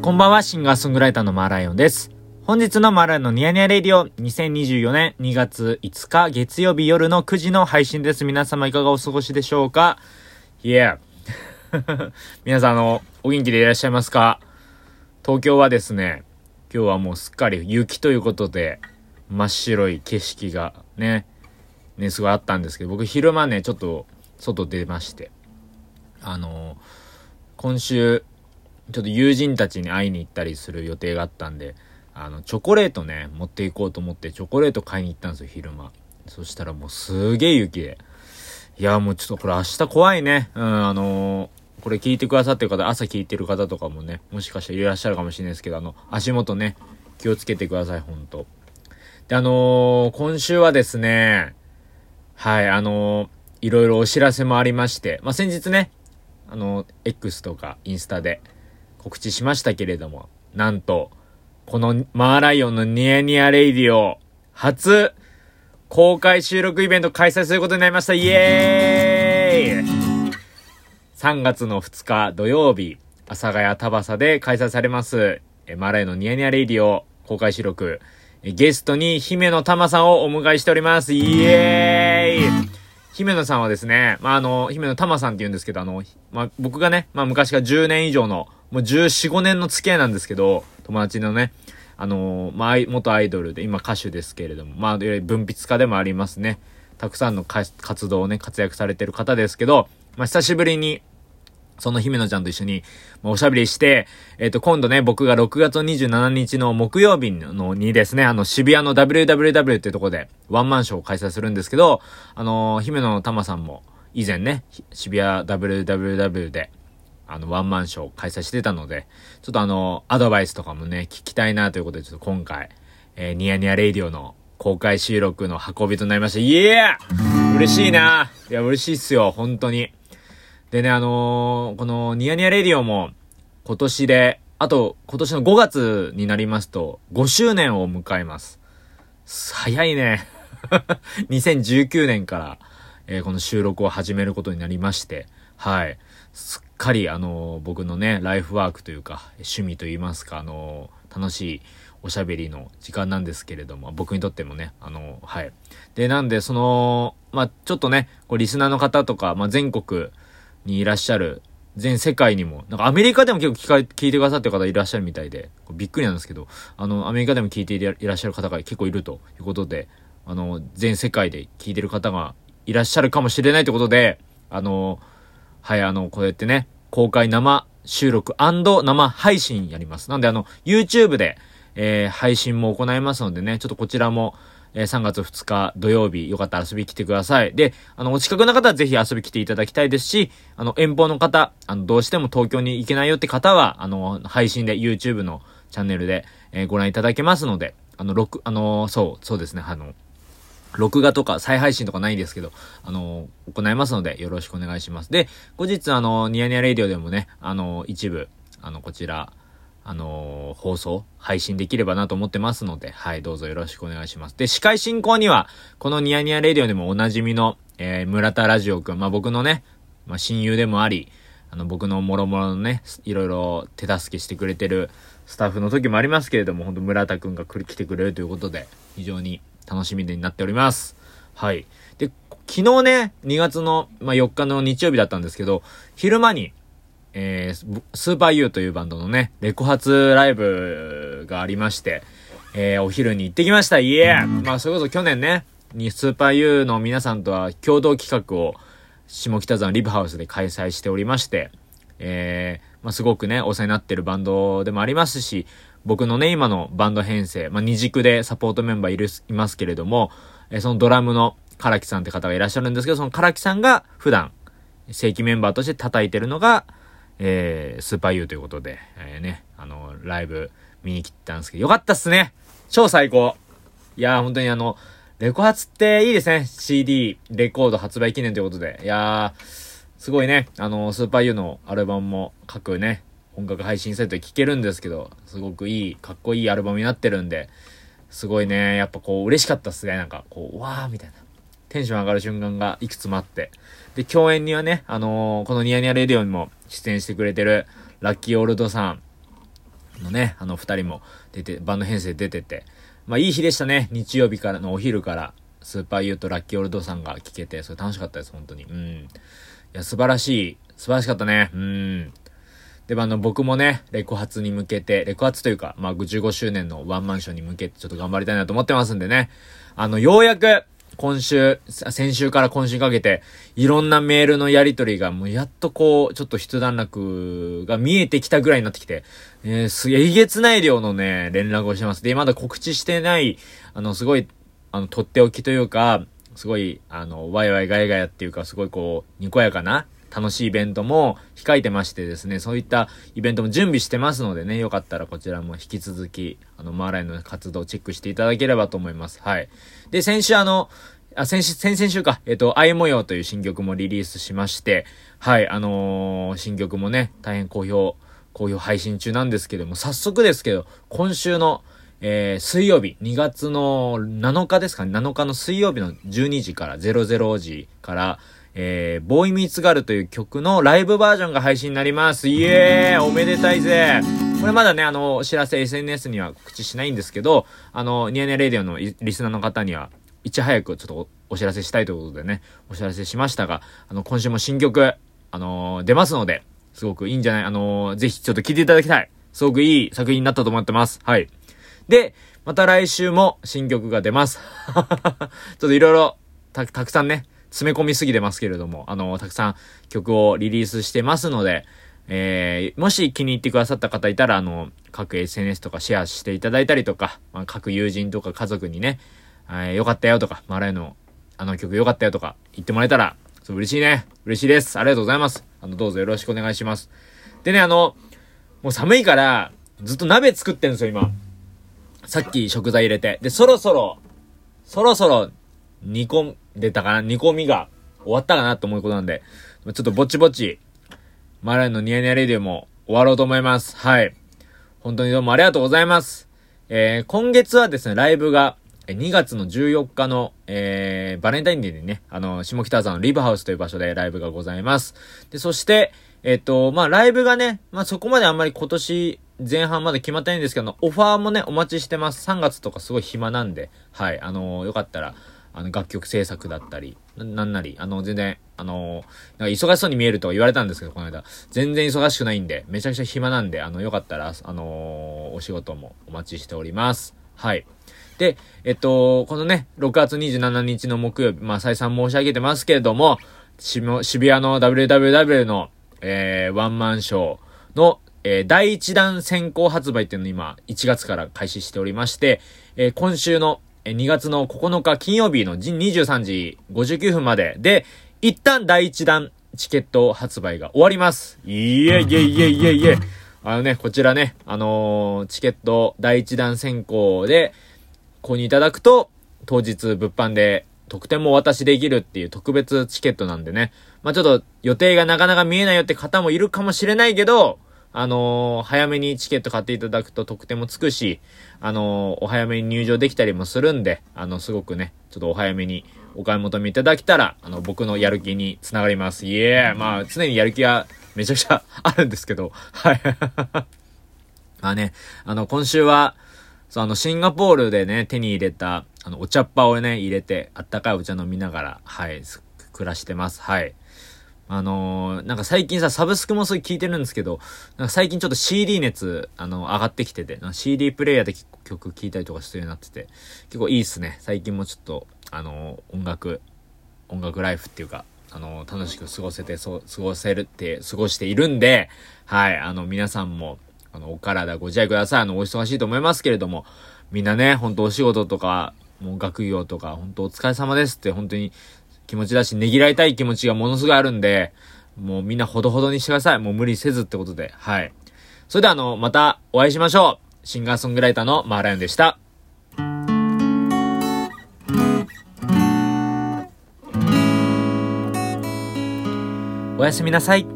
こんばんは、シンガーソングライターのマーライオンです。本日のマーライオンのニヤニヤレディオ、2024年2月5日月曜日夜の9時の配信です。皆様いかがお過ごしでしょうか？皆さんお元気でいらっしゃいますか？東京はですね、今日はもうすっかり雪ということで、真っ白い景色がね、すごいあったんですけど、僕昼間ね、ちょっと外出まして、今週、ちょっと友人たちに会いに行ったりする予定があったんで、チョコレートね、持っていこうと思ってチョコレート買いに行ったんですよ、昼間。そしたらもうすげえ雪で。いや、もうちょっとこれ明日怖いね。これ聞いてくださってる方、朝聞いてる方とかもね、もしかしたらいらっしゃるかもしれないですけど、足元ね、気をつけてください、ほんと。で、今週はですね、はい、いろいろお知らせもありまして、先日ね、X とかインスタで告知しましたけれども、なんと、このマーライオンのニヤニヤレイディオ、初公開収録イベント開催することになりました。イエーイ！3月の2日土曜日、阿佐ヶ谷田端で開催されます、マーライオンのニヤニヤレイディオ公開収録、ゲストに姫野玉さんをお迎えしております。イエーイ！姫野さんはですね、姫野玉さんって言うんですけど、僕がね、昔から10年以上の、もう14、5年の付き合いなんですけど、友達のね、元アイドルで、今歌手ですけれども、文筆家でもありますね。たくさんの活動をね、活躍されてる方ですけど、久しぶりに、その姫野ちゃんと一緒に、おしゃべりして、今度ね、僕が6月27日の木曜日にですね、渋谷の WWW っていうところで、ワンマンショーを開催するんですけど、姫野玉さんも、以前ね、渋谷 WWW で、ワンマンショーを開催してたので、ちょっとアドバイスとかもね、聞きたいなということで、ちょっと今回、ニヤニヤレイディオの公開収録の運びとなりました。イエー！嬉しいな。いや、嬉しいっすよ、本当に。でね、このニヤニヤレディオも今年の5月になりますと5周年を迎えます。早いね。2019年から、この収録を始めることになりまして、はい。すっかり僕のね、ライフワークというか、趣味といいますか、楽しいおしゃべりの時間なんですけれども、僕にとってもね、はい。で、なんでちょっとね、リスナーの方とか、全国にいらっしゃる、全世界にも、なんかアメリカでも結構聞いてくださってる方いらっしゃるみたいで、びっくりなんですけど、アメリカでも聞いていらっしゃる方が結構いるということで、全世界で聞いてる方がいらっしゃるかもしれないということで、はい、こうやってね、公開生収録&生配信やります。なんでYouTube で、配信も行いますのでね、ちょっとこちらも、3月2日土曜日、よかったら遊び来てください。で、お近くの方はぜひ遊び来ていただきたいですし、遠方の方、どうしても東京に行けないよって方は、配信で YouTube のチャンネルで、ご覧いただけますので、そうですね、録画とか再配信とかないですけど、行いますので、よろしくお願いします。で、後日ニヤニヤレディオでもね、一部、こちら、配信できればなと思ってますので、はい、どうぞよろしくお願いします。で、司会進行には、このニヤニヤレディオでもおなじみの、村田ラジオくん、僕のね、親友でもあり、僕のもろもろのね、いろいろ手助けしてくれてるスタッフの時もありますけれども、本当村田くんが来てくれるということで、非常に楽しみになっております。はい。で、昨日ね、2月の、4日の日曜日だったんですけど、昼間に、スーパー U というバンドのね、レコ発ライブがありまして、お昼に行ってきました。イエー！それこそ去年ね、スーパー U の皆さんとは共同企画を下北沢リブハウスで開催しておりまして、すごくね、お世話になってるバンドでもありますし、僕のね、今のバンド編成、二軸でサポートメンバーいますけれども、そのドラムの唐木さんって方がいらっしゃるんですけど、その唐木さんが普段、正規メンバーとして叩いてるのが、スーパー U ということで、ライブ見に来たんですけど、よかったっすね。超最高。いやー、本当にレコ発っていいですね。CD、レコード発売記念ということで。いやー、すごいね。スーパー U のアルバムも各ね、音楽配信サイトで聴けるんですけど、すごくいい、かっこいいアルバムになってるんで、すごいね、やっぱ嬉しかったっすね。なんか、わーみたいな。テンション上がる瞬間がいくつもあって。で、共演にはね、このニヤニヤレディオにも出演してくれてるラッキーオールドさん、 のね、二人もバンド編成出てて、まあいい日でしたね。日曜日からのお昼から、スーパーユーとラッキーオールドさんが聴けて、それ楽しかったです、本当に。いや、素晴らしかったね。で、僕もね、レコ発というか、まあ、15周年のワンマンションに向けてちょっと頑張りたいなと思ってますんでね。ようやく、先週から今週にかけて、いろんなメールのやりとりが、もうやっとこう、ちょっと一段落が見えてきたぐらいになってきて、えげつない量のね、連絡をしてます。で、まだ告知してない、すごい、とっておきというか、すごい、ワイワイガヤガヤっていうか、すごいこう、にこやかな、楽しいイベントも控えてましてですね、そういったイベントも準備してますのでね、よかったらこちらも引き続き、マーライの活動をチェックしていただければと思います。はい。で、先々週か、愛模様という新曲もリリースしまして、はい、新曲もね、大変好評配信中なんですけども、早速ですけど、今週の、水曜日、2月の7日ですかね、7日の水曜日の12時から、00時から、ボーイミーツガールという曲のライブバージョンが配信になります。イエーイ、おめでたいぜ。これまだね、お知らせ SNS には告知しないんですけど、ニヤネレディオのリスナーの方には、いち早くちょっとお知らせしたいということでね、お知らせしましたが、今週も新曲、出ますので、すごくいいんじゃない、ぜひちょっと聴いていただきたい。すごくいい作品になったと思ってます。はい。で、また来週も新曲が出ます。ちょっといろいろ、たくさんね、詰め込みすぎてますけれども、たくさん曲をリリースしてますので、もし気に入ってくださった方いたら、各 SNS とかシェアしていただいたりとか、各友人とか家族にね、よかったよとか、マーライの曲よかったよとか言ってもらえたら、嬉しいね。嬉しいです。ありがとうございます。どうぞよろしくお願いします。でね、もう寒いから、ずっと鍋作ってんですよ、今。さっき食材入れて。で、そろそろ、煮込みが終わったかなと思うことなんで、ちょっとぼちぼち、マーライのニヤニヤレディオも終わろうと思います。はい。本当にどうもありがとうございます。今月はですね、ライブが、2月の14日の、バレンタインデーにね、下北沢のリブハウスという場所でライブがございます。で、そして、ライブがね、そこまであんまり今年前半まで決まってないんですけど、オファーもね、お待ちしてます。3月とかすごい暇なんで、はい、よかったら、楽曲制作だったり、なんなり、全然、なんか忙しそうに見えるとか言われたんですけど、この間。全然忙しくないんで、めちゃくちゃ暇なんで、よかったら、お仕事もお待ちしております。はい。で、このね、6月27日の木曜日、再三申し上げてますけれども、渋谷の WWW の、ワンマンショーの、第1弾先行発売っていうのを今、1月から開始しておりまして、今週の2月の9日金曜日の23時59分までで、一旦第1弾チケット発売が終わります。イエイイエイイエイイエイイエイ。こちらね、チケット第1弾先行で購入いただくと、当日物販で特典もお渡しできるっていう特別チケットなんでね。ちょっと予定がなかなか見えないよって方もいるかもしれないけど、早めにチケット買っていただくと特典もつくし、お早めに入場できたりもするんで、すごくね、ちょっとお早めにお買い求めいただけたら、僕のやる気につながります。イエーイ。常にやる気はめちゃくちゃあるんですけど、はい。今週は、シンガポールでね、手に入れた、お茶っ葉をね、入れて、あったかいお茶飲みながら、はい、暮らしてます。はい。なんか最近さ、サブスクもすごい聞いてるんですけど、なんか最近ちょっと CD 熱、上がってきてて、CD プレイヤーで曲聴いたりとかするようになってて、結構いいっすね。最近もちょっと、音楽ライフっていうか、楽しく過ごしているんで、はい、皆さんも、お体ご自愛ください。お忙しいと思いますけれども、みんなね、ほんとお仕事とか、もう学業とか、ほんとお疲れ様ですって、本当に気持ちだし、ねぎらいたい気持ちがものすごいあるんで、もうみんなほどほどにしてください。もう無理せずってことで、はい。それではまたお会いしましょう。シンガーソングライターのマーライオンでした。おやすみなさい。